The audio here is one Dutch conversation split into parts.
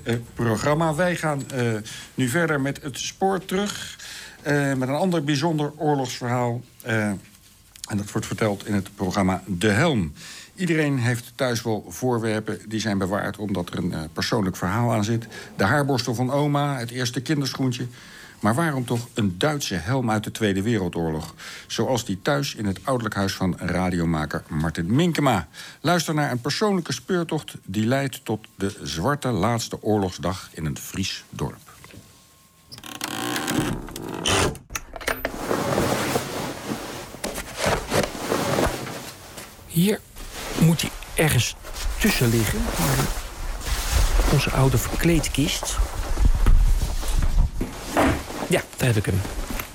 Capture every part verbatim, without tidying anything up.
uh, programma. Wij gaan uh, nu verder met het spoor terug. Uh, met een ander bijzonder oorlogsverhaal. Uh, en dat wordt verteld in het programma De Helm. Iedereen heeft thuis wel voorwerpen die zijn bewaard omdat er een uh, persoonlijk verhaal aan zit. De haarborstel van oma, het eerste kinderschoentje. Maar waarom toch een Duitse helm uit de Tweede Wereldoorlog? Zoals die thuis in het ouderlijk huis van radiomaker Martin Minkema. Luister naar een persoonlijke speurtocht die leidt tot de zwarte laatste oorlogsdag in een Fries dorp. Hier moet hij ergens tussen liggen. Onze oude verkleedkist. Ja, daar heb ik hem.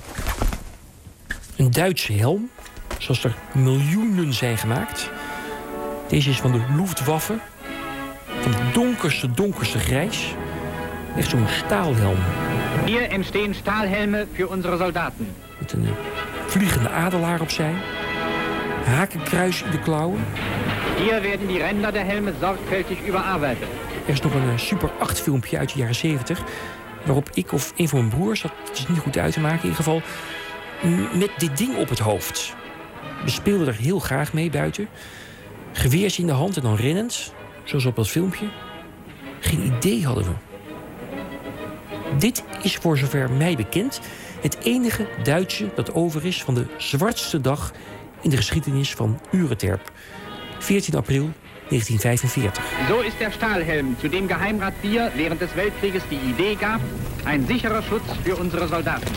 Een Duitse helm, zoals er miljoenen zijn gemaakt. Deze is van de Luftwaffe. Van het donkerste, donkerste grijs. Echt zo'n staalhelm. Hier entstehen Stahlhelme voor onze soldaten. Met een vliegende adelaar opzij. Hakenkruis in de klauwen. Hier werden die Ränder der Helme sorgfältig überarbeitet. Er is nog een Super acht filmpje uit de jaren zeventig... waarop ik of een van mijn broers, dat is niet goed uit te maken in ieder geval... met dit ding op het hoofd. We speelden er heel graag mee buiten. Geweers in de hand en dan rennend, zoals op dat filmpje. Geen idee hadden we. Dit is voor zover mij bekend het enige Duitse dat over is van de zwartste dag in de geschiedenis van Ureterp. veertien april negentien vijfenveertig. Zo is der Stahlhelm, zu dem Geheimrat Bier während des Weltkrieges die Idee gab, ein sicherer Schutz für unsere Soldaten.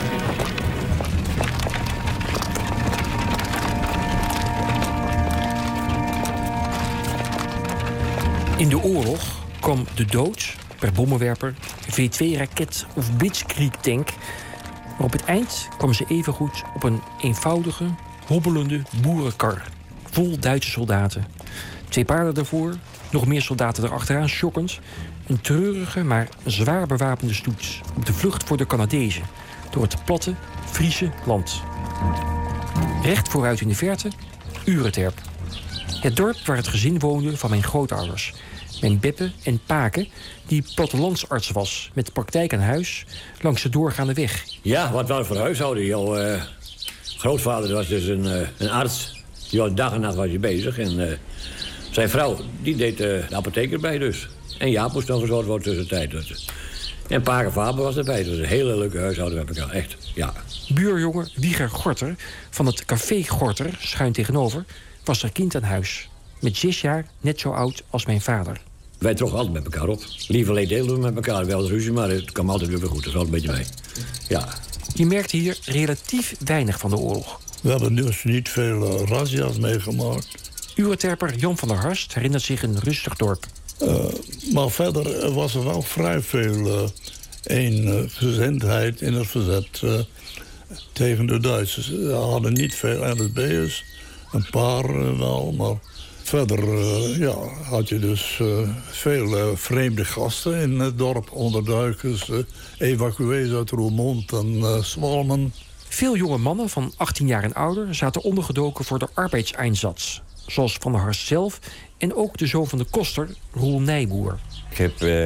In de oorlog kwam de dood per bommenwerper, V twee raket of Blitzkrieg-tank. Maar op het eind kwam ze evengoed op een eenvoudige, hobbelende boerenkar. Vol Duitse soldaten. Twee paarden ervoor, nog meer soldaten erachteraan, schokkend. Een treurige, maar zwaar bewapende stoet. Op de vlucht voor de Canadezen. Door het platte, Friese land. Recht vooruit in de verte, Ureterp. Het dorp waar het gezin woonde van mijn grootouders. Mijn beppe en pake, die plattelandsarts was... met praktijk aan huis, langs de doorgaande weg. Ja, wat was voor huishouden? Jouw uh, grootvader was dus een, uh, een arts. Die was dag en nacht was hij bezig. En uh, zijn vrouw, die deed uh, de apotheek erbij dus. En Jaap moest dan verzorgd worden tussentijd. Dus. En pake Faber was erbij. Dus een hele leuke huishouden heb ik al, echt, ja. Buurjongen Wieger Gorter van het café Gorter, schuin tegenover... was er kind aan huis. Met zes jaar, net zo oud als mijn vader. Wij trokken altijd met elkaar op. Lieverlee deelden we met elkaar. Wel eens ruzie, maar het kwam altijd weer goed. Dat is wel een beetje mee. Ja. Je merkte hier relatief weinig van de oorlog. We hebben dus niet veel uh, razzia's meegemaakt. Ureterper Jan van der Harst herinnert zich een rustig dorp. Uh, maar verder was er wel vrij veel uh, eensgezindheid in het verzet uh, tegen de Duitsers. We hadden niet veel N S B'ers, een paar uh, wel, maar verder uh, ja, had je dus uh, veel uh, vreemde gasten in het dorp. Onderduikers, uh, evacuees uit Roermond en uh, Zwalmen. Veel jonge mannen van achttien jaar en ouder zaten ondergedoken voor de arbeidseinsatz. Zoals Van der Harst zelf en ook de zoon van de koster, Roel Nijboer. Ik heb uh,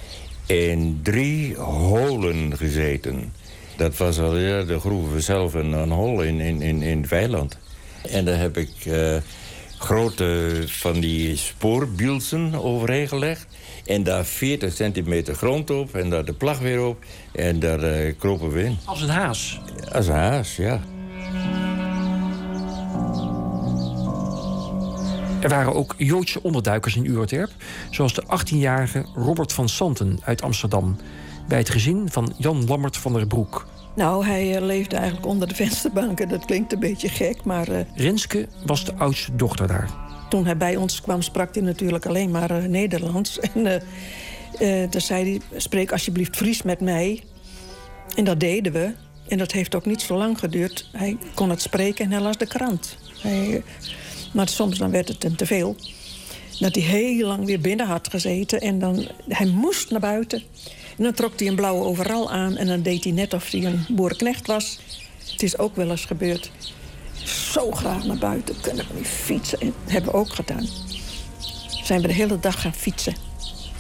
in drie holen gezeten. Dat was al ja, de groeven zelf een, een hol in, in, in, in het weiland. En daar heb ik uh, grote van die spoorbielsen overheen gelegd. En daar veertig centimeter grond op en daar de plag weer op. En daar uh, kropen we in. Als een haas? Als een haas, ja. Er waren ook Joodse onderduikers in Ureterp, zoals de achttienjarige Robert van Santen uit Amsterdam, bij het gezin van Jan Lammert van der Broek. Nou, hij uh, leefde eigenlijk onder de vensterbanken. Dat klinkt een beetje gek, maar... Uh... Renske was de oudste dochter daar. Toen hij bij ons kwam, sprak hij natuurlijk alleen maar uh, Nederlands. En uh, uh, toen zei hij, spreek alsjeblieft Fries met mij. En dat deden we. En dat heeft ook niet zo lang geduurd. Hij kon het spreken en hij las de krant. Hij... Uh, Maar soms dan werd het hem te veel. Dat hij heel lang weer binnen had gezeten. En dan, hij moest naar buiten. En dan trok hij een blauwe overal aan. En dan deed hij net of hij een boerenknecht was. Het is ook wel eens gebeurd. Zo graag naar buiten, kunnen we niet fietsen. En dat hebben we ook gedaan. Zijn we de hele dag gaan fietsen.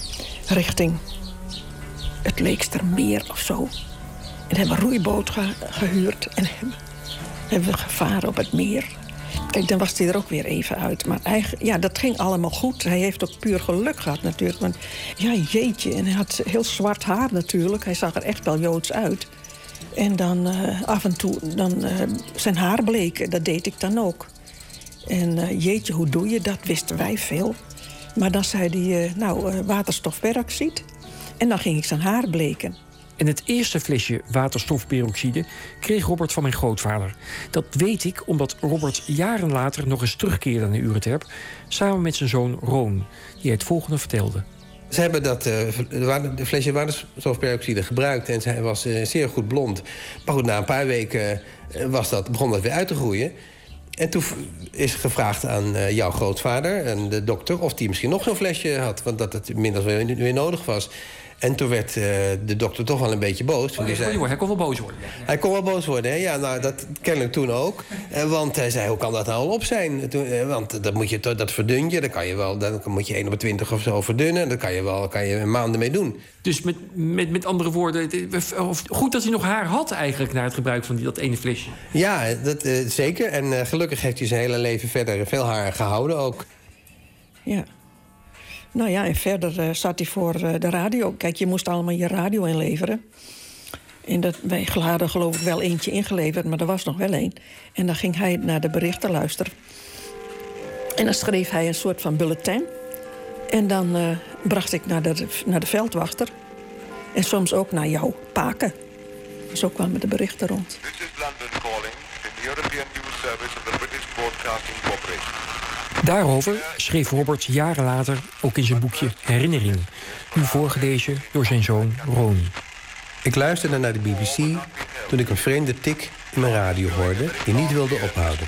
richting het Leekstermeer of zo. En hebben we een roeiboot ge- gehuurd en hebben, hebben we gevaren op het meer. Kijk, dan was hij er ook weer even uit. Maar eigenlijk, ja, dat ging allemaal goed. Hij heeft ook puur geluk gehad natuurlijk. Want ja, jeetje, en hij had heel zwart haar natuurlijk. Hij zag er echt wel Joods uit. En dan uh, af en toe dan, uh, zijn haar bleken, dat deed ik dan ook. En uh, jeetje, hoe doe je dat? Wisten wij veel. Maar dan zei hij, uh, nou, uh, waterstofperoxide. En dan ging ik zijn haar bleken. En het eerste flesje waterstofperoxide kreeg Robert van mijn grootvader. Dat weet ik omdat Robert jaren later nog eens terugkeerde naar Ureterp, samen met zijn zoon Roon, die het volgende vertelde. Ze hebben dat uh, de flesje waterstofperoxide gebruikt en zij was uh, zeer goed blond. Maar goed, na een paar weken uh, was dat, begon dat weer uit te groeien. En toen is gevraagd aan uh, jouw grootvader en de dokter of die misschien nog zo'n flesje had, want dat het inmiddels weer, weer nodig was. En toen werd uh, de dokter toch wel een beetje boos. Oh, die zei, hij kon wel boos worden. Hij kon wel boos worden, hè? Ja, nou, dat kennelijk toen ook. Uh, want hij zei, hoe kan dat nou al op zijn? Toen, uh, want dat, moet je, dat verdun je, dan, kan je wel, dan moet je één op twintig of zo verdunnen. Dat kan je wel kan je maanden mee doen. Dus met, met, met andere woorden, goed dat hij nog haar had eigenlijk na het gebruik van die, dat ene flesje. Ja, dat, uh, zeker. En uh, gelukkig heeft hij zijn hele leven verder veel haar gehouden ook. Ja. Nou ja, en verder uh, zat hij voor uh, de radio. Kijk, je moest allemaal je radio inleveren. En dat, wij hadden geloof ik wel eentje ingeleverd, maar er was nog wel één. En dan ging hij naar de berichten luisteren. En dan schreef hij een soort van bulletin. En dan uh, bracht ik naar de, naar de veldwachter. En soms ook naar jouw paken. Zo kwamen de berichten rond. This is London calling in the European News Service of the British Broadcasting Corporation. Daarover schreef Robert jaren later ook in zijn boekje Herinnering, nu voorgelezen door zijn zoon Roon. Ik luisterde naar de B B C toen ik een vreemde tik in mijn radio hoorde die niet wilde ophouden.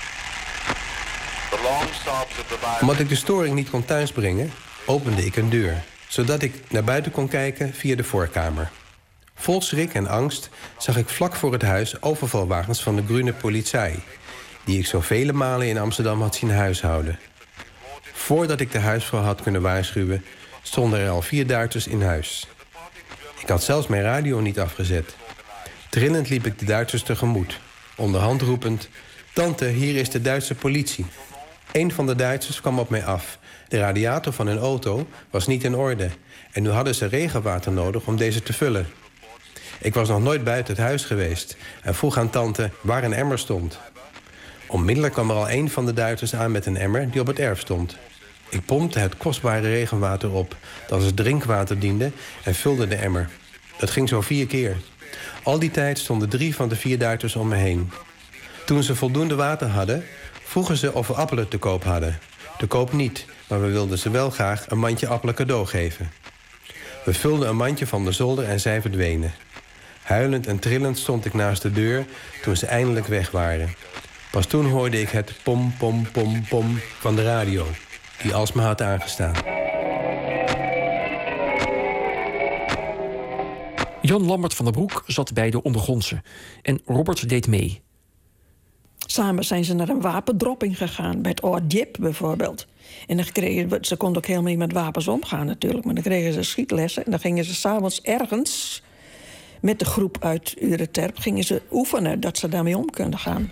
Omdat ik de storing niet kon thuisbrengen, opende ik een deur, zodat ik naar buiten kon kijken via de voorkamer. Vol schrik en angst zag ik vlak voor het huis overvalwagens van de Groene Politie, die ik zo vele malen in Amsterdam had zien huishouden. Voordat ik de huisvrouw had kunnen waarschuwen, stonden er al vier Duitsers in huis. Ik had zelfs mijn radio niet afgezet. Trillend liep ik de Duitsers tegemoet, onderhand roepend: "Tante, hier is de Duitse politie." Een van de Duitsers kwam op mij af. De radiator van hun auto was niet in orde en nu hadden ze regenwater nodig om deze te vullen. Ik was nog nooit buiten het huis geweest en vroeg aan tante waar een emmer stond. Onmiddellijk kwam er al een van de Duitsers aan met een emmer die op het erf stond. Ik pompte het kostbare regenwater op, dat als drinkwater diende, en vulde de emmer. Dat ging zo vier keer. Al die tijd stonden drie van de vier Duitsers om me heen. Toen ze voldoende water hadden, vroegen ze of we appelen te koop hadden. Te koop niet, maar we wilden ze wel graag een mandje appelen cadeau geven. We vulden een mandje van de zolder en zij verdwenen. Huilend en trillend stond ik naast de deur toen ze eindelijk weg waren. Pas toen hoorde ik het pom, pom, pom, pom van de radio, die alsmaar had aangestaan. Jan Lambert van der Broek zat bij de ondergrondse en Robert deed mee. Samen zijn ze naar een wapendropping gegaan, bij het Oord Jip bijvoorbeeld. En dan kregen, ze konden ook helemaal niet met wapens omgaan natuurlijk, maar dan kregen ze schietlessen en dan gingen ze 's avonds ergens met de groep uit Ureterp gingen ze oefenen dat ze daarmee om konden gaan.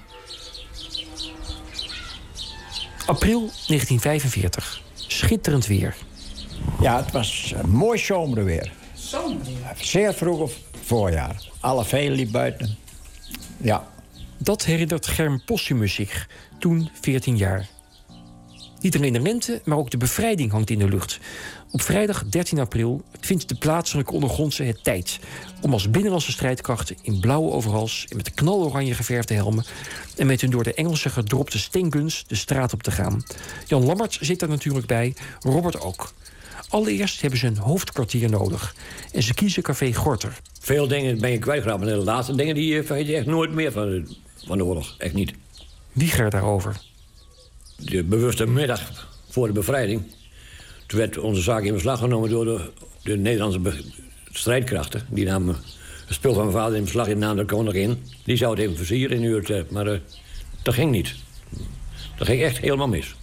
April negentien vijfenveertig. Schitterend weer. Ja, het was een mooi zomerweer. Zomerweer? Zeer vroeg of voorjaar. Alle veen liep buiten. Ja. Dat herinnert Germ Postumus zich, toen veertien jaar. Niet alleen de lente, maar ook de bevrijding hangt in de lucht. Op vrijdag dertien april vindt de plaatselijke ondergrondse het tijd om als binnenlandse strijdkrachten in blauwe overals en met knaloranje geverfde helmen en met hun door de Engelsen gedropte steenguns de straat op te gaan. Jan Lambert zit er natuurlijk bij, Robert ook. Allereerst hebben ze een hoofdkwartier nodig en ze kiezen Café Gorter. Veel dingen ben je kwijtgeraakt, maar de laatste dingen die je vergeet je echt nooit meer van de, van de oorlog. Echt niet. Wieger daarover. De bewuste middag voor de bevrijding, toen werd onze zaak in beslag genomen door de, de Nederlandse be- strijdkrachten. Die namen het spul van mijn vader in beslag in, namen de koningin. Die zou het even versieren in Ureterp, maar uh, dat ging niet. Dat ging echt helemaal mis.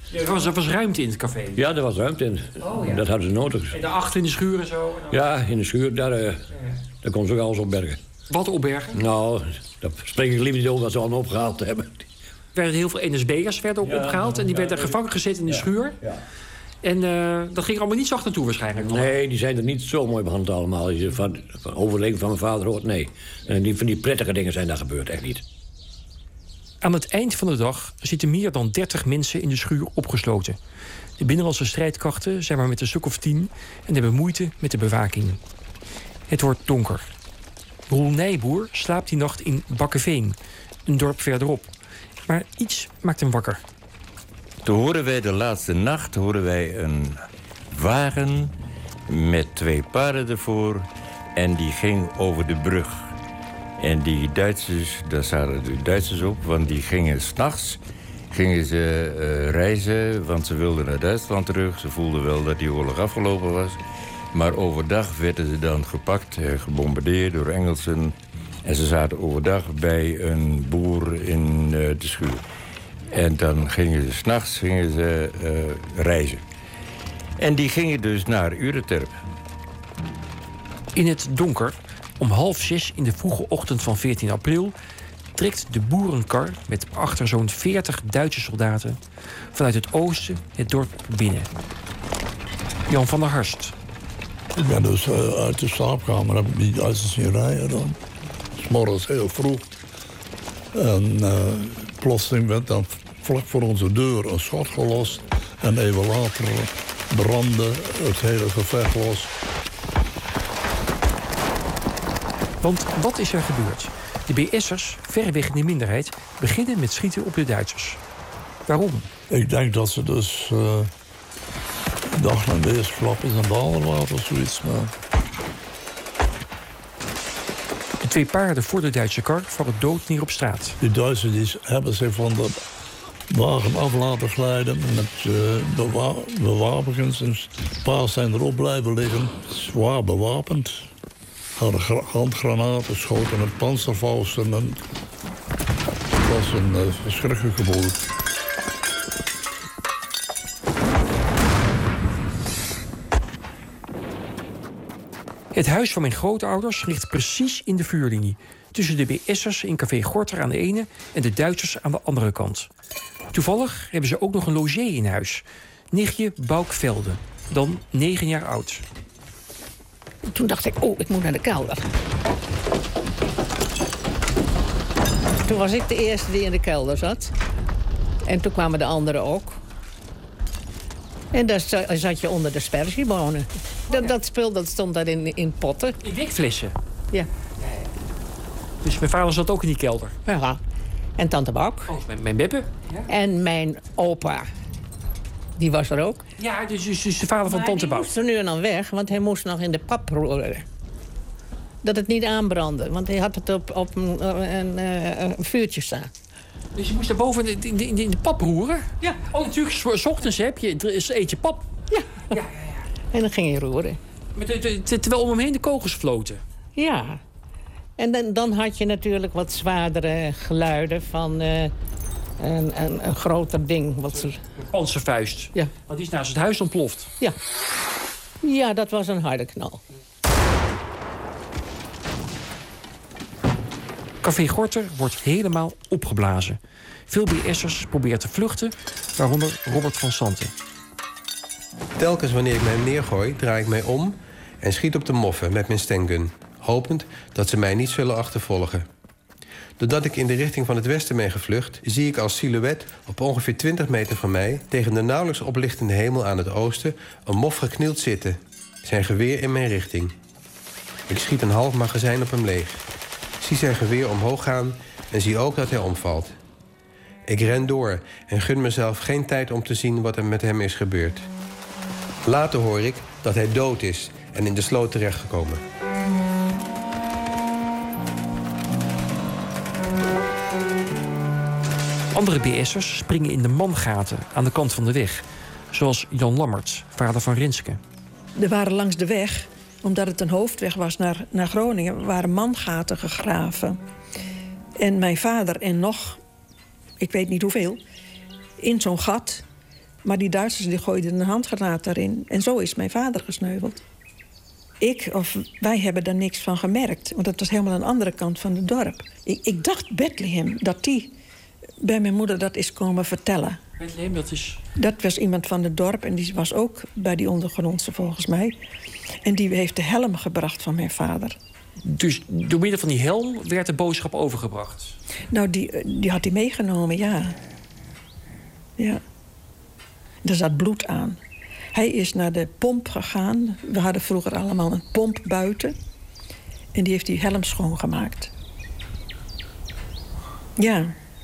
Ja, er, was, er was ruimte in het café? Ja, er was ruimte in. Oh, ja. Dat hadden ze nodig. En daarachter in de schuur en zo? En dan... Ja, in de schuur, daar, uh, ja. daar kon ze ook alles opbergen. Wat opbergen? Nou, daar spreek ik liever niet over wat ze allemaal opgehaald hebben. Er werden heel veel N S B'ers werden ook ja, opgehaald... en die ja, werden gevangen gezet in de ja, schuur. Ja. En uh, dat ging allemaal niet zo naartoe waarschijnlijk. Nee, die zijn er niet zo mooi behandeld allemaal. Je van, van overleven van mijn vader hoort, nee. En die, van die prettige dingen zijn daar gebeurd, echt niet. Aan het eind van de dag zitten meer dan dertig mensen in de schuur opgesloten. De binnenlandse strijdkrachten zijn maar met een stuk of tien... en hebben moeite met de bewaking. Het wordt donker. Roel Nijboer slaapt die nacht in Bakkeveen, een dorp verderop. Maar iets maakt hem wakker. Toen horen wij de laatste nacht horen wij een wagen met twee paarden ervoor... en die ging over de brug. En die Duitsers, daar zaten de Duitsers op, want die gingen 's nachts gingen ze uh, reizen, want ze wilden naar Duitsland terug. Ze voelden wel dat die oorlog afgelopen was. Maar overdag werden ze dan gepakt, uh, gebombardeerd door Engelsen. En ze zaten overdag bij een boer in uh, de schuur. En dan gingen ze 's nachts gingen ze uh, reizen. En die gingen dus naar Ureterp. In het donker, om half zes in de vroege ochtend van veertien april... trekt de boerenkar met achter zo'n veertig Duitse soldaten... vanuit het oosten het dorp binnen. Jan van der Harst. Ik ben dus uh, uit de slaapkamer, heb ik die Duitsers zien rijden dan. 'S morgens heel vroeg. En uh, plotseling werd dan vlak voor onze deur een schot gelost. En even later brandde het hele gevecht los. Want wat is er gebeurd? De B S'ers, verreweg in de minderheid, beginnen met schieten op de Duitsers. Waarom? Ik denk dat ze dus uh, dachten, deze flap is een ballenwater of zoiets. Maar... De twee paarden voor de Duitse kar vallen dood neer op straat. Die Duitsers die hebben zich van de wagen af laten glijden met uh, bewa bewapens. Een paar zijn erop blijven liggen, zwaar bewapend. Hadden handgranaten, schoten met panzerfausten. En het was een uh, verschrikkelijk gevoel. Het huis van mijn grootouders ligt precies in de vuurlinie. Tussen de B S'ers in café Gorter aan de ene en de Duitsers aan de andere kant. Toevallig hebben ze ook nog een logé in huis. Nichtje Boukvelde, dan negen jaar oud. Toen dacht ik, oh, ik moet naar de kelder. Toen was ik de eerste die in de kelder zat. En toen kwamen de anderen ook. En daar zat je onder de sperziebonen. Dat, dat spul dat stond daar in, in potten. In wikflessen? Ja. Dus mijn vader zat ook in die kelder? Ja. En tante Bak. Oh, mijn, mijn beppe? Ja. En mijn opa. Die was er ook. Ja, dus, dus, dus de vader van maar tante Bak. hij moest er nu en dan weg, want hij moest nog in de pap roeren. Dat het niet aanbrandde, want hij had het op, op een, een, een, een vuurtje staan. Dus je moest daar boven in de, in de, in de pap roeren? Ja. Oh, natuurlijk, 's ochtends heb je, eet je pap. Ja. Ja, ja, ja. En dan ging je roeren. Met, terwijl om hem heen de kogels floten? Ja. En dan, dan had je natuurlijk wat zwaardere geluiden van uh, een, een, een groter ding. Wat ze... Een panzervuist. Ja. Want die is naast het huis ontploft. Ja. Ja, dat was een harde knal. Café Gorter wordt helemaal opgeblazen. Veel B S'ers proberen te vluchten, waaronder Robert van Santen. Telkens wanneer ik mij neergooi, draai ik mij om en schiet op de moffen met mijn stengun, hopend dat ze mij niet zullen achtervolgen. Doordat ik in de richting van het westen ben gevlucht, zie ik als silhouet op ongeveer twintig meter van mij, tegen de nauwelijks oplichtende hemel aan het oosten, een mof geknield zitten, zijn geweer in mijn richting. Ik schiet een half magazijn op hem leeg, zie zijn geweer omhoog gaan en zie ook dat hij omvalt. Ik ren door en gun mezelf geen tijd om te zien wat er met hem is gebeurd. Later hoor ik dat hij dood is en in de sloot terechtgekomen. Andere B S'ers springen in de mangaten aan de kant van de weg. Zoals Jan Lammerts, vader van Renske. Er waren langs de weg, omdat het een hoofdweg was naar, naar Groningen, waren mangaten gegraven. En mijn vader en nog, ik weet niet hoeveel, in zo'n gat Maar die Duitsers die gooiden een handgranaat daarin. En zo is mijn vader gesneuveld. Ik of wij hebben daar niks van gemerkt. Want dat was helemaal aan de andere kant van het dorp. Ik, ik dacht Bethlehem, dat die bij mijn moeder dat is komen vertellen. Bethlehem, dat is... Dat was iemand van het dorp en die was ook bij die ondergrondse volgens mij. En die heeft de helm gebracht van mijn vader. Dus door middel van die helm werd de boodschap overgebracht? Nou, die, die had hij meegenomen, ja. Ja. Er zat bloed aan. Hij is naar de pomp gegaan. We hadden vroeger allemaal een pomp buiten. En die heeft die helm schoongemaakt. Ja.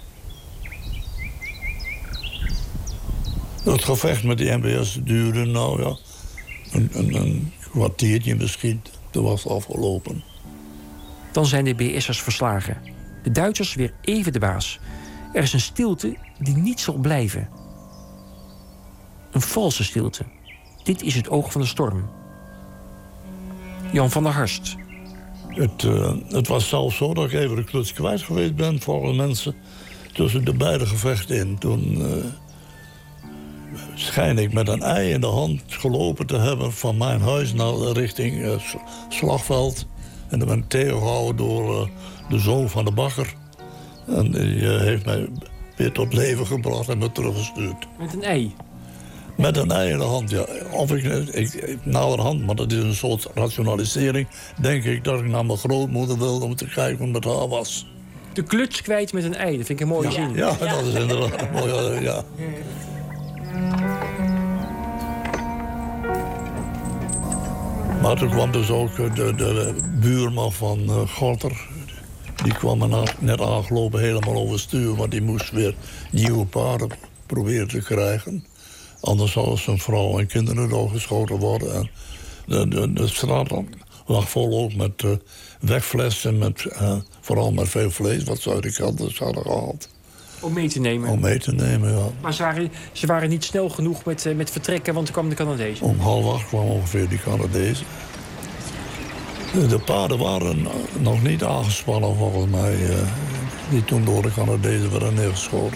Het gevecht met die M B S duurde nou ja, een, een, een kwartiertje misschien. Toen was het afgelopen. Dan zijn de B S'ers verslagen. De Duitsers weer even de baas. Er is een stilte die niet zal blijven. Een valse stilte. Dit is het oog van de storm. Jan van der Harst. Het, uh, het was zelfs zo dat ik even de kluts kwijt geweest ben voor de mensen tussen de beide gevechten in. Toen uh, schijn ik met een ei in de hand gelopen te hebben van mijn huis naar richting uh, slagveld. En dan ben ik tegengehouden door uh, de zoon van de bakker. En die uh, heeft mij weer tot leven gebracht en me teruggestuurd. Met een ei? Met een ei in de hand, ja. Of ik, ik, ik naderhand, maar dat is een soort rationalisering, denk ik dat ik naar mijn grootmoeder wilde om te kijken hoe het met haar was. De kluts kwijt met een ei, dat vind ik een mooie ja. zin. Ja, ja, dat is inderdaad een mooie, ja. Maar toen kwam dus ook de, de buurman van uh, Gorter. Die kwam er net aangelopen helemaal overstuur, want die moest weer nieuwe paarden proberen te krijgen. Anders zouden zijn vrouw en kinderen doodgeschoten worden. En de, de, de straat lag vol ook met uh, wegflessen, met, uh, vooral met veel vlees, wat ze uit de kant hadden gehaald. Om mee te nemen? Om mee te nemen, ja. Maar ze waren, ze waren niet snel genoeg met, uh, met vertrekken, want toen kwamen de Canadezen. Om half acht kwamen ongeveer die Canadezen. De, de paarden waren nog niet aangespannen volgens mij, uh, die toen door de Canadezen werden neergeschoten.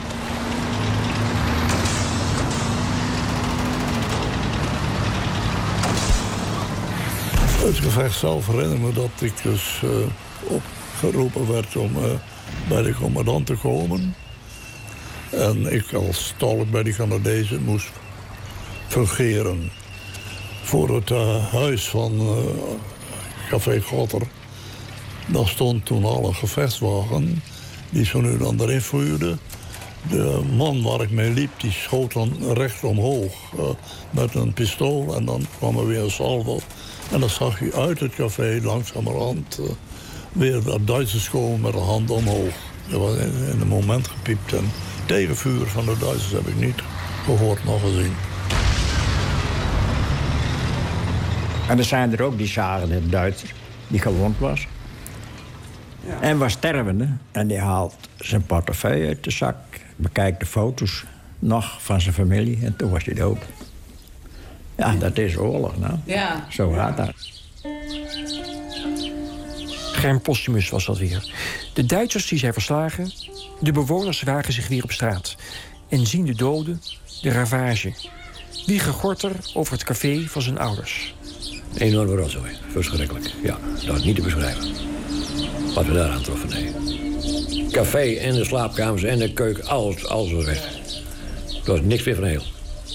Het gevecht zelf herinner me dat ik dus uh, opgeroepen werd om uh, bij de commandant te komen. En ik als tolk bij die Canadezen moest fungeren. Voor het uh, huis van uh, Café Gotter, daar stond toen al een gevechtswagen die zo nu dan erin vuurde. De man waar ik mee liep, die schoot dan recht omhoog uh, met een pistool en dan kwam er weer een salvo. En dan zag je uit het café langzamerhand uh, weer de Duitsers komen met de hand omhoog. Dat was in, in een moment gepiept. En tegenvuur van de Duitsers heb ik niet gehoord nog gezien. En er zijn er ook die zagen een Duitser die gewond was. Ja. En was stervende. En die haalt zijn portefeuille uit de zak. Bekijkt de foto's nog van zijn familie. En toen was hij dood. Ja, dat is oorlog, nou. Ja. Zo gaat dat. Germ Postumus was dat weer. De Duitsers die zijn verslagen. De bewoners wagen zich weer op straat. En zien de doden, de ravage. Wieger Gorter over het café van zijn ouders. Een enorme rotzooi. Verschrikkelijk. Ja, dat is niet te beschrijven. Wat we daar aan troffen, nee. Café en de slaapkamers en de keuken, alles, alles was weg. Er was niks meer van heel.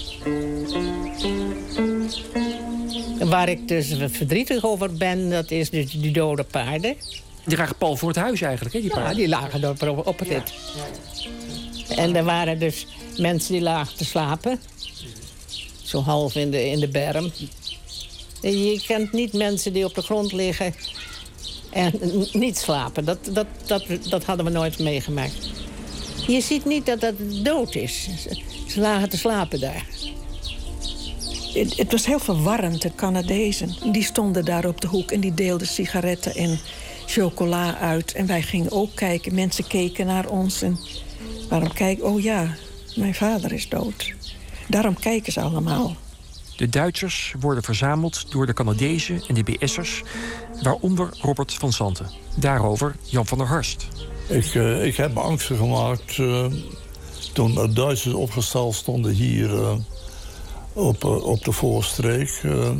Waar ik dus verdrietig over ben, dat is dus die dode paarden. Die lagen pal voor het huis eigenlijk, hè, die paarden? Ja, die lagen op, op het rit. Ja. En er waren dus mensen die lagen te slapen. Zo half in de, in de berm. En je kent niet mensen die op de grond liggen en niet slapen. Dat, dat, dat, dat hadden we nooit meegemaakt. Je ziet niet dat dat dood is. Ze lagen te slapen daar. Het, het was heel verwarrend, de Canadezen. Die stonden daar op de hoek en die deelden sigaretten en chocola uit. En wij gingen ook kijken. Mensen keken naar ons. En waarom kijken? Oh ja, mijn vader is dood. Daarom kijken ze allemaal. De Duitsers worden verzameld door de Canadezen en de B S'ers, waaronder Robert van Santen. Daarover Jan van der Harst. Ik, uh, ik heb me angstig gemaakt uh, Toen de Duitsers opgesteld stonden hier uh, op, uh, op de voorstreek... Uh,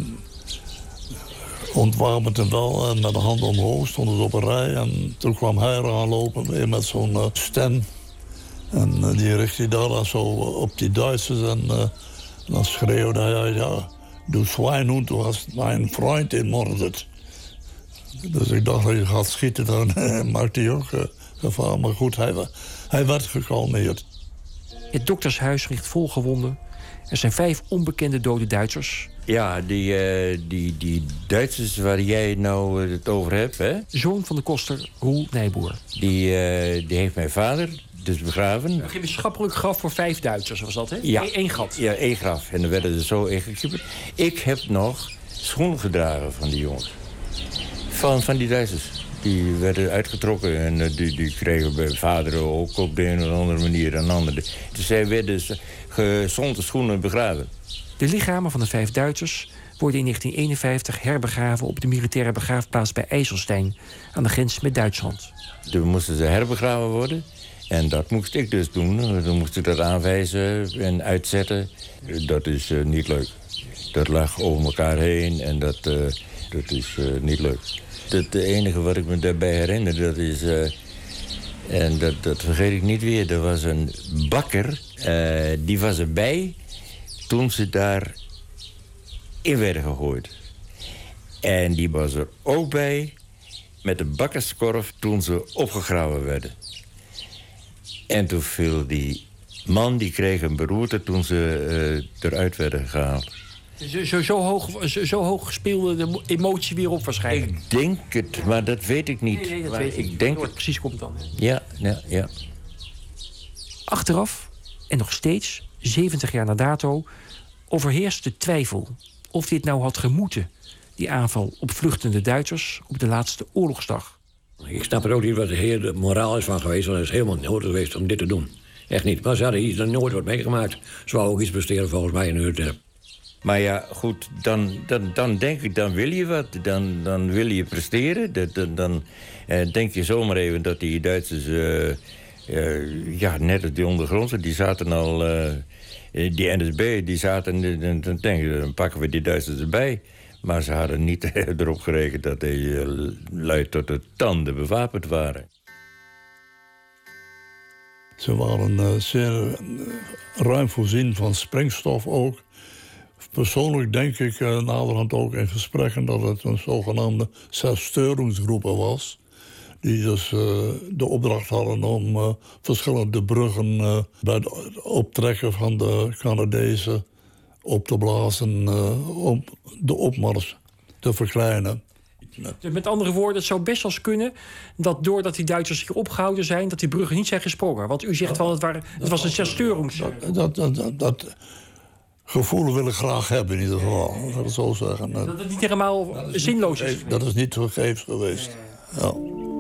ontwapend en wel, en met de hand omhoog stonden ze op een rij. En toen kwam hij eraan lopen weer met zo'n uh, stem. En uh, die richtte daar dan zo op die Duitsers. En uh, dan schreeuwde hij, ja, du Schweinhund, du hast mijn vriend inmordet. Dus ik dacht, je gaat schieten, dan maakt hij ook uh, gevaar. Maar goed, hij, hij werd gekalmeerd. Het doktershuis ligt vol gewonden. Er zijn vijf onbekende dode Duitsers. Ja, die, uh, die, die Duitsers waar jij nou uh, het over hebt, hè? Zoon van de koster Roel Nijboer. Die, uh, die heeft mijn vader dus begraven. Een gemeenschappelijk graf voor vijf Duitsers was dat, hè? Ja. E- Eén gat. Ja, één graf. En dan werden ze zo ingeknipperd. Ik heb nog schoenen gedragen van die jongens. Van, van die Duitsers. Die werden uitgetrokken en uh, die, die kregen bij vader ook op de een of andere manier een andere. Dus zij werden gezonde schoenen begraven. De lichamen van de vijf Duitsers worden in negentien eenenvijftig herbegraven op de militaire begraafplaats bij IJsselstein aan de grens met Duitsland. Toen moesten ze herbegraven worden en dat moest ik dus doen. Dan moest ik dat aanwijzen en uitzetten. Dat is uh, niet leuk. Dat lag over elkaar heen en dat, uh, dat is uh, niet leuk. Het enige wat ik me daarbij herinner, dat is... Uh, en dat, dat vergeet ik niet weer. Er was een bakker, uh, die was erbij toen ze daar in werden gegooid. En die was er ook bij met de bakkerskorf toen ze opgegraven werden. En toen viel die man, die kreeg een beroerte toen ze uh, eruit werden gehaald. Zo, zo, zo, hoog, zo, zo hoog speelde de emotie weer op waarschijnlijk. Ik denk het, maar dat weet ik niet. Nee, nee, dat maar weet ik, ik denk het precies komt dan. Ja, ja, ja. Achteraf, en nog steeds, zeventig jaar na dato, overheerst de twijfel of dit nou had gemoeten, die aanval op vluchtende Duitsers op de laatste oorlogsdag. Ik snap er ook niet wat de heer de moraal is van geweest, want het is helemaal nodig geweest om dit te doen. Echt niet. Maar ze hadden hier nooit wat meegemaakt. Ze wouden ook iets presteren volgens mij in Utrecht. Maar ja, goed, dan, dan, dan denk ik, dan wil je wat. Dan, dan wil je presteren. Dan, dan, dan eh, denk je zomaar even dat die Duitsers... Uh, uh, ja, net als die ondergrondse, die zaten al... Uh, die N S B, die zaten... Dan, dan denk je, dan pakken we die Duitsers erbij. Maar ze hadden niet erop gerekend dat die uh, lui tot de tanden bewapend waren. Ze waren uh, zeer uh, ruim voorzien van springstof ook. Persoonlijk denk ik uh, naderhand ook in gesprekken dat het een zogenaamde zerstörungsgroepen was. Die dus uh, de opdracht hadden om uh, verschillende bruggen uh, bij het optrekken van de Canadezen op te blazen uh, om de opmars te verkleinen. Dus met andere woorden, het zou best wel eens kunnen dat doordat die Duitsers hier opgehouden zijn, dat die bruggen niet zijn gesprongen. Want u zegt wel, het, waren, het was een zerstörungsgroep. Dat, dat, dat, dat gevoel wil ik graag hebben in ieder geval. Dat wil ik zo zeggen. Dat het niet helemaal zinloos is. Dat is niet vergeefs geweest. Ja.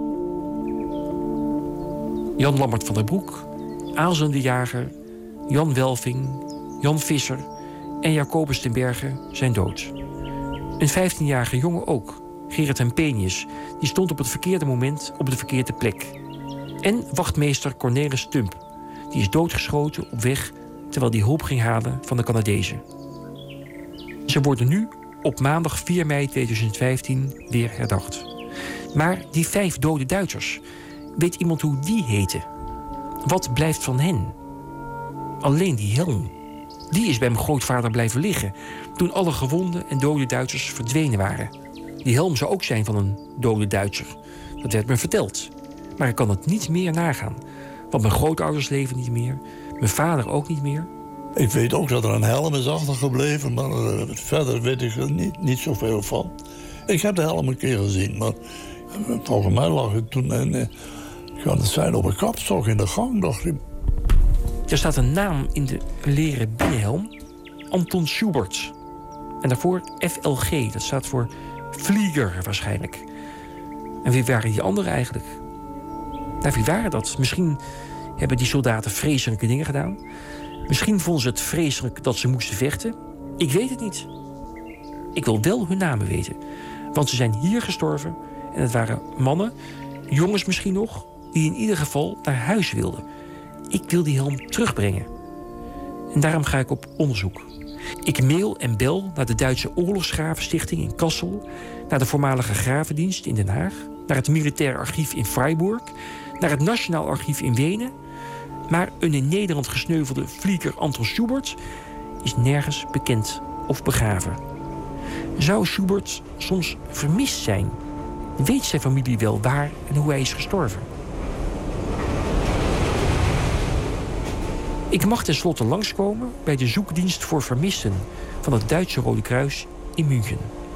Jan Lambert van der Broek, Aalzen de Jager, Jan Welving, Jan Visser en Jacobus ten Berge zijn dood. Een vijftienjarige jongen ook, Gerrit Hempenius, die stond op het verkeerde moment op de verkeerde plek. En wachtmeester Cornelis Stump, die is doodgeschoten op weg terwijl hij hulp ging halen van de Canadezen. Ze worden nu op maandag vier mei tweeduizend vijftien weer herdacht. Maar die vijf dode Duitsers, weet iemand hoe die heten? Wat blijft van hen? Alleen die helm. Die is bij mijn grootvader blijven liggen toen alle gewonde en dode Duitsers verdwenen waren. Die helm zou ook zijn van een dode Duitser. Dat werd me verteld. Maar ik kan het niet meer nagaan. Want mijn grootouders leven niet meer. Mijn vader ook niet meer. Ik weet ook dat er een helm is achtergebleven, maar uh, verder weet ik er niet, niet zoveel van. Ik heb de helm een keer gezien, maar uh, volgens mij lag ik toen... Uh, kan het zijn op een kapstok in de gang, dacht ik. Er staat een naam in de leren binnenhelm. Anton Schubert. En daarvoor F L G, dat staat voor Vlieger waarschijnlijk. En wie waren die anderen eigenlijk? Nou, wie waren dat? Misschien hebben die soldaten vreselijke dingen gedaan. Misschien vonden ze het vreselijk dat ze moesten vechten. Ik weet het niet. Ik wil wel hun namen weten. Want ze zijn hier gestorven. En het waren mannen, jongens misschien nog, die in ieder geval naar huis wilden. Ik wil die helm terugbrengen. En daarom ga ik op onderzoek. Ik mail en bel naar de Duitse Oorlogsgravenstichting in Kassel, naar de voormalige Gravendienst in Den Haag, naar het Militair Archief in Freiburg, naar het Nationaal Archief in Wenen. Maar een in Nederland gesneuvelde vlieger Anton Schubert is nergens bekend of begraven. Zou Schubert soms vermist zijn? Weet zijn familie wel waar en hoe hij is gestorven? Ik mag tenslotte langskomen bij de zoekdienst voor vermisten van het Duitse Rode Kruis in München.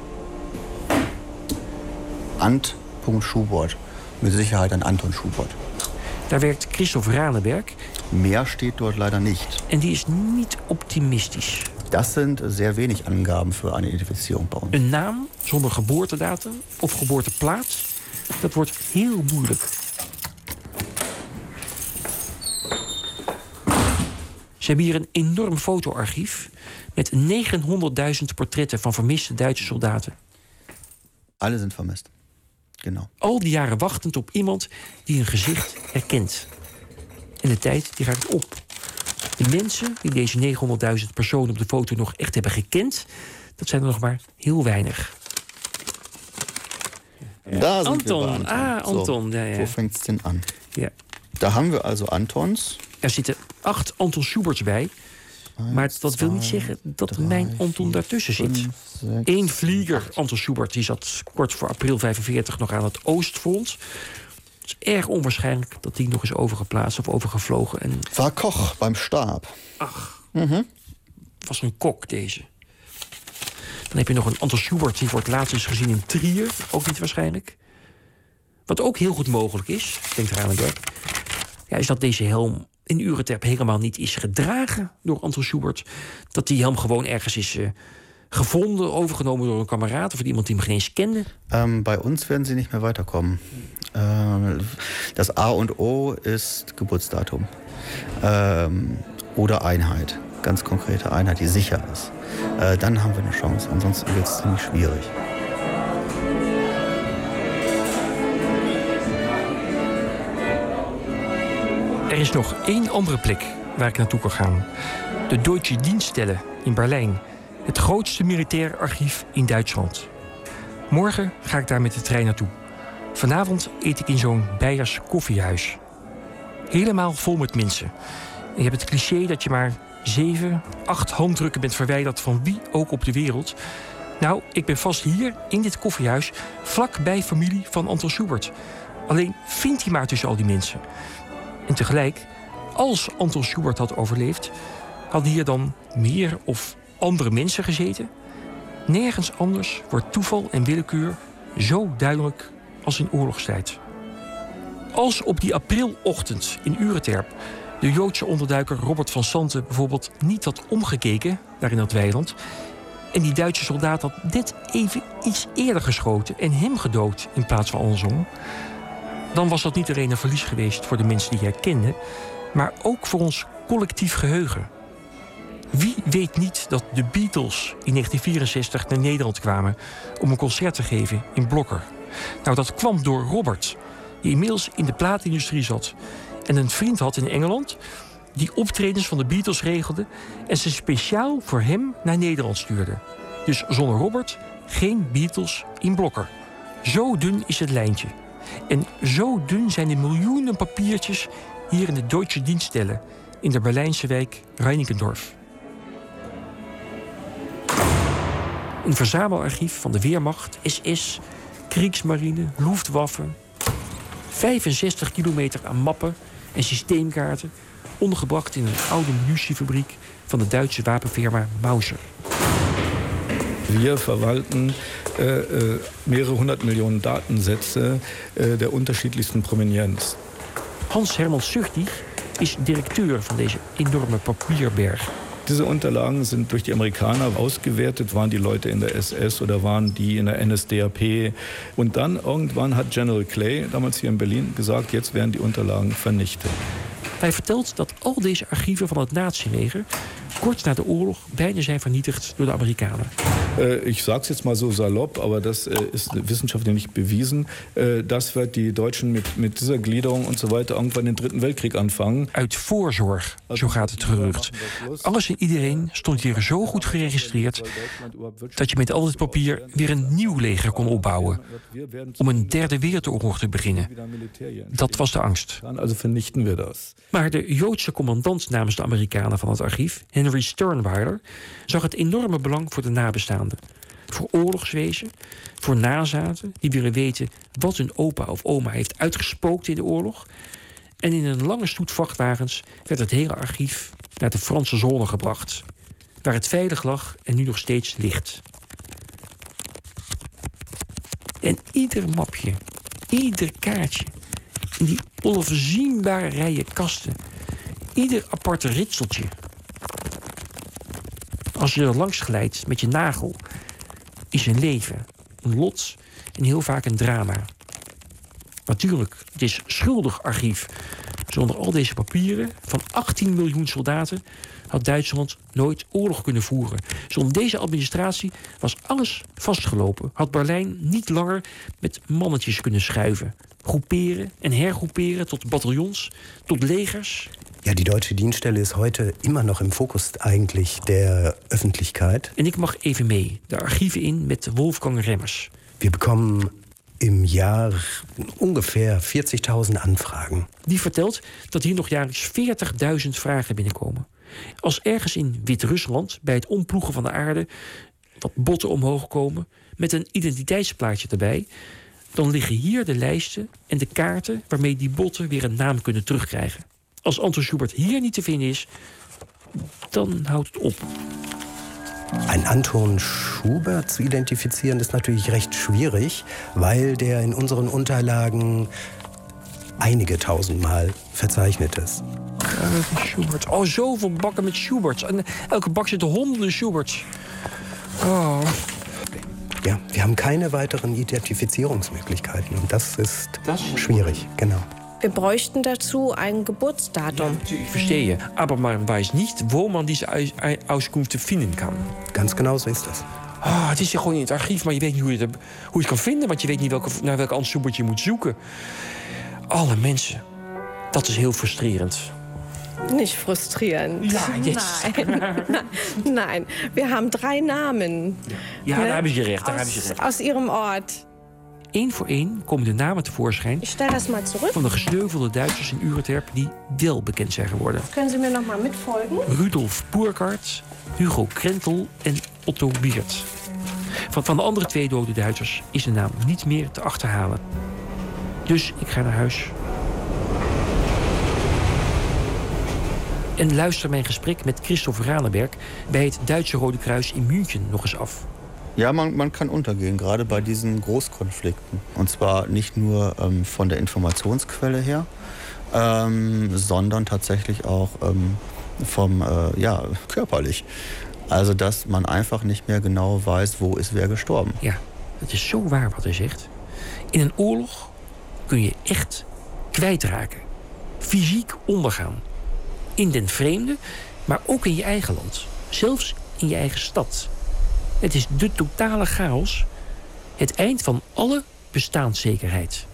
Ant. Schubert. Met Sicherheit een Anton Schubert. Daar werkt Christoph Ranenberg. Meer steht dort leider nicht. En die is niet optimistisch. Das sind sehr wenig Angaben für eine Identifizierung bei uns. Een naam zonder geboortedatum of geboorteplaats, dat wordt heel moeilijk. Ze hebben hier een enorm fotoarchief met negenhonderdduizend portretten van vermiste Duitse soldaten. Alle zijn vermist. Genau. Al die jaren wachtend op iemand die hun gezicht herkent. En de tijd die raakt op. De mensen die deze negenhonderdduizend personen op de foto nog echt hebben gekend, dat zijn er nog maar heel weinig. Ja. Da sind Anton. wir bei Anton. Ah, Anton. So, ja, ja. Wo fängt es denn an? Ja. Da haben wir also Antons. Er zitten acht Anton Schuberts bij. Maar dat wil niet zeggen dat mijn Anton daartussen zit. Eén vlieger, Anton Schubert, die zat kort voor april vijfenveertig nog aan het Oostfront. Het is erg onwaarschijnlijk dat die nog is overgeplaatst of overgevlogen. En... War Koch beim Stab. Ach, mm-hmm. Was een kok deze. Dan heb je nog een Anton Schubert die voor het laatst is gezien in Trier. Ook niet waarschijnlijk. Wat ook heel goed mogelijk is, denkt Ranenberg, ja, is dat deze helm in Ureterp helemaal niet is gedragen door Anton Schubert. Dat die helm gewoon ergens is uh, gevonden, overgenomen door een kameraad of iemand die hem geen eens kende. Um, bei uns werden sie nicht mehr weiterkommen. Uh, das A und O ist Geburtsdatum. Um, oder Einheit. Ganz konkrete Einheit, die sicher ist. Uh, dann haben wir eine Chance. Ansonsten wird es ziemlich schwierig. Er is nog één andere plek waar ik naartoe kan gaan. De Deutsche Dienststelle in Berlijn. Het grootste militair archief in Duitsland. Morgen ga ik daar met de trein naartoe. Vanavond eet ik in zo'n Beiers koffiehuis. Helemaal vol met mensen. En je hebt het cliché dat je maar zeven, acht handdrukken bent verwijderd van wie ook op de wereld. Nou, ik ben vast hier in dit koffiehuis vlak bij familie van Anton Schubert. Alleen vindt hij maar tussen al die mensen. En tegelijk, als Anton Schubert had overleefd, hadden hier dan meer of andere mensen gezeten? Nergens anders wordt toeval en willekeur zo duidelijk als in oorlogstijd. Als op die aprilochtend in Ureterp de Joodse onderduiker Robert van Santen bijvoorbeeld niet had omgekeken daar in dat weiland en die Duitse soldaat had net even iets eerder geschoten en hem gedood in plaats van andersom, dan was dat niet alleen een verlies geweest voor de mensen die hij kende, maar ook voor ons collectief geheugen. Wie weet niet dat de Beatles in negentien vierenzestig naar Nederland kwamen om een concert te geven in Blokker? Nou, dat kwam door Robert, die inmiddels in de plaatindustrie zat en een vriend had in Engeland die optredens van de Beatles regelde en ze speciaal voor hem naar Nederland stuurde. Dus zonder Robert geen Beatles in Blokker. Zo dun is het lijntje. En zo dun zijn de miljoenen papiertjes hier in de Deutsche Dienststelle in de Berlijnse wijk Reinickendorf. Een verzamelarchief van de Wehrmacht, S S, Kriegsmarine, Luftwaffe. vijfenzestig kilometer aan mappen en systeemkaarten, ondergebracht in een oude munitiefabriek van de Duitse wapenfirma Mauser. Wir verwalten äh, äh, mehrere hundert Millionen Datensätze äh, der unterschiedlichsten Provenienz. Hans-Hermann Süchtig is directeur van deze enorme papierberg. Diese Unterlagen sind durch die Amerikaner ausgewertet. Waren die Leute in der S S oder waren die in der N S D A P? Und dann irgendwann hat General Clay, damals hier in Berlin, gesagt, jetzt werden die Unterlagen vernichtet. Hij vertelt dat al deze archieven van het nazileger kort na de oorlog bijna zijn vernietigd door de Amerikanen. Äh, ich sage es jetzt mal so salopp, aber das äh, ist wissenschaftlich nicht bewiesen, äh, dass wir die Deutschen mit, mit dieser Gliederung und so weiter irgendwann den Dritten Weltkrieg anfangen. Uit voorzorg, zo gaat het gerucht. Alles en iedereen stond hier zo goed geregistreerd dat je met al dit papier weer een nieuw leger kon opbouwen. Om een derde wereldoorlog te beginnen. Dat was de angst. Also vernichten we dat. Maar de Joodse commandant namens de Amerikanen van het archief, Henry Sternweiler, zag het enorme belang voor de nabestaanden. Voor oorlogswezen, voor nazaten die willen weten wat hun opa of oma heeft uitgespookt in de oorlog. En in een lange stoet vrachtwagens werd het hele archief naar de Franse zone gebracht, waar het veilig lag en nu nog steeds ligt. En ieder mapje, ieder kaartje, in die onafzienbare rijen kasten, ieder aparte ritseltje. Als je er langs glijdt met je nagel, is een leven, een lot en heel vaak een drama. Natuurlijk, het is schuldig archief. Zonder al deze papieren van achttien miljoen soldaten had Duitsland nooit oorlog kunnen voeren. Zonder deze administratie was alles vastgelopen. Had Berlijn niet langer met mannetjes kunnen schuiven. Groeperen en hergroeperen tot bataljons, tot legers. Ja, die Deutsche Dienststelle ist heute immer noch im Fokus eigentlich der Öffentlichkeit. En ik mag even mee de archieven in met Wolfgang Remmers. Wir bekommen im Jahr ungefähr vierzigtausend Anfragen. Die vertelt dat hier nog jaarlijks veertigduizend vragen binnenkomen. Als ergens in Wit-Rusland bij het omploegen van de aarde wat botten omhoog komen met een identiteitsplaatje erbij, dan liggen hier de lijsten en de kaarten waarmee die botten weer een naam kunnen terugkrijgen. Als Anton Schubert hier niet te vinden is, dan houdt het op. Ein Anton Schubert zu identifizieren ist natürlich recht schwierig, weil der in unseren Unterlagen einige tausendmal verzeichnet ist. Uh, Schubert. Oh, zoveel bakken met Schuberts. En elke bak zitten honderden Schuberts. Oh. Ja, wir haben keine weiteren Identifizierungsmöglichkeiten. Und das ist das schwierig, genau. Wir bräuchten dazu ein Geburtsdatum. Ja, ich verstehe. Aber man weiß nicht, wo man diese Auskünfte finden kann. Ganz genau so ist das. Oh, het is hier gewoon in het archief, maar je weet niet hoe je het, hoe je het kan vinden. Want je weet niet welke, naar welke Anschubert je moet zoeken. Alle mensen. Dat is heel frustrerend. Nicht frustrierend. Ja, jetzt. Nein, nein. Wir haben drei Namen. Ja, ne? daar hebben ze recht. Daar aus, hebben ze recht. Aus ihrem Ort. Eén voor één komen de namen tevoorschijn Ich stell das mal zurück. van de gesneuvelde Duitsers in Ureterp die wel bekend zijn geworden. Können Sie mir noch mal mitfolgen? Rudolf Burkhardt, Hugo Krentel en Otto Wiert. Van, van de andere twee dode Duitsers is de naam niet meer te achterhalen. Dus ik ga naar huis. En luister mijn gesprek met Christoph Ranenberg bij het Duitse Rode Kruis in München nog eens af. Ja, man, man kann untergehen, gerade bei diesen Großkonflikten. Und zwar nicht nur ähm, von der Informationsquelle her, ähm, sondern tatsächlich auch ähm, vom, äh, ja, körperlich. Also, dass man einfach nicht mehr genau weiß, wo ist wer gestorben. Ja, het is zo waar wat hij zegt. In een oorlog kun je echt kwijtraken. Fysiek ondergaan. In den vreemde, maar ook in je eigen land. Zelfs in je eigen stad. Het is de totale chaos. Het eind van alle bestaanszekerheid.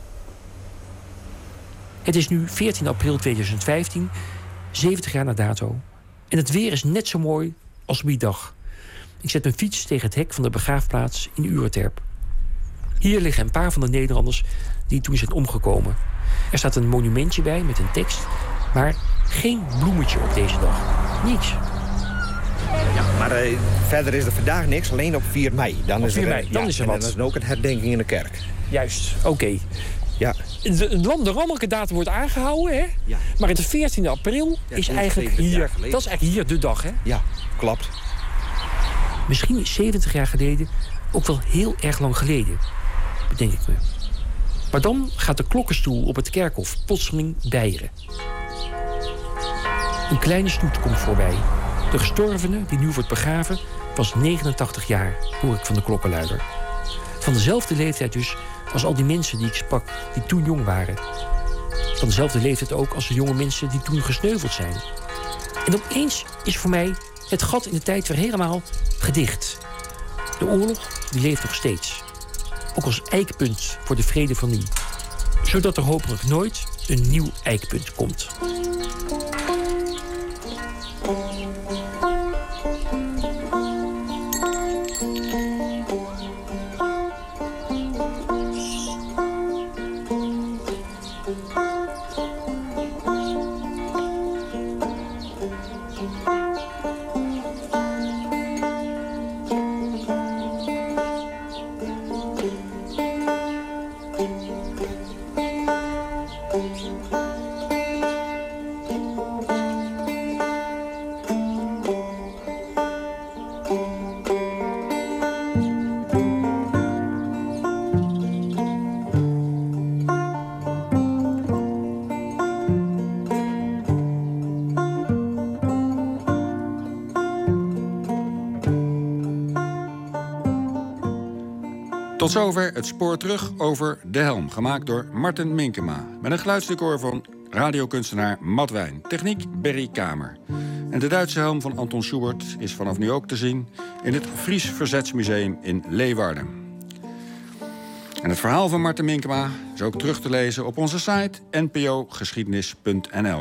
Het is nu veertien april tweeduizend vijftien, zeventig jaar na dato. En het weer is net zo mooi als op die dag. Ik zet mijn fiets tegen het hek van de begraafplaats in Ureterp. Hier liggen een paar van de Nederlanders die toen zijn omgekomen. Er staat een monumentje bij met een tekst, maar geen bloemetje op deze dag. Niks. Ja, maar uh, verder is er vandaag niks, alleen op vier mei. Dan op is vier er, mei, dan ja, is er en wat. dan is er ook een herdenking in de kerk. Juist, oké. Okay. Ja. De, de, de landelijke datum wordt aangehouden, hè? Ja. Maar het veertiende april ja, is eigenlijk hier. Dat is eigenlijk hier de dag, hè? Ja, klopt. Misschien is zeventig jaar geleden ook wel heel erg lang geleden. Bedenk ik me. Maar dan gaat de klokkenstoel op het kerkhof plotseling beieren. Een kleine stoet komt voorbij. De gestorvene, die nu wordt begraven, was negenentachtig jaar, hoor ik van de klokkenluider. Van dezelfde leeftijd dus als al die mensen die ik sprak, die toen jong waren. Van dezelfde leeftijd ook als de jonge mensen die toen gesneuveld zijn. En opeens is voor mij het gat in de tijd weer helemaal gedicht. De oorlog die leeft nog steeds. Ook als eikpunt voor de vrede van nu. Zodat er hopelijk nooit een nieuw eikpunt komt. Tot zover het spoor terug over De Helm, gemaakt door Marten Minkema. Met een geluidsdecor van radiokunstenaar Matt Wijn. Techniek Berry Kamer. En de Duitse helm van Anton Schubert is vanaf nu ook te zien in het Fries Verzetsmuseum in Leeuwarden. En het verhaal van Marten Minkema is ook terug te lezen op onze site n p o geschiedenis punt n l.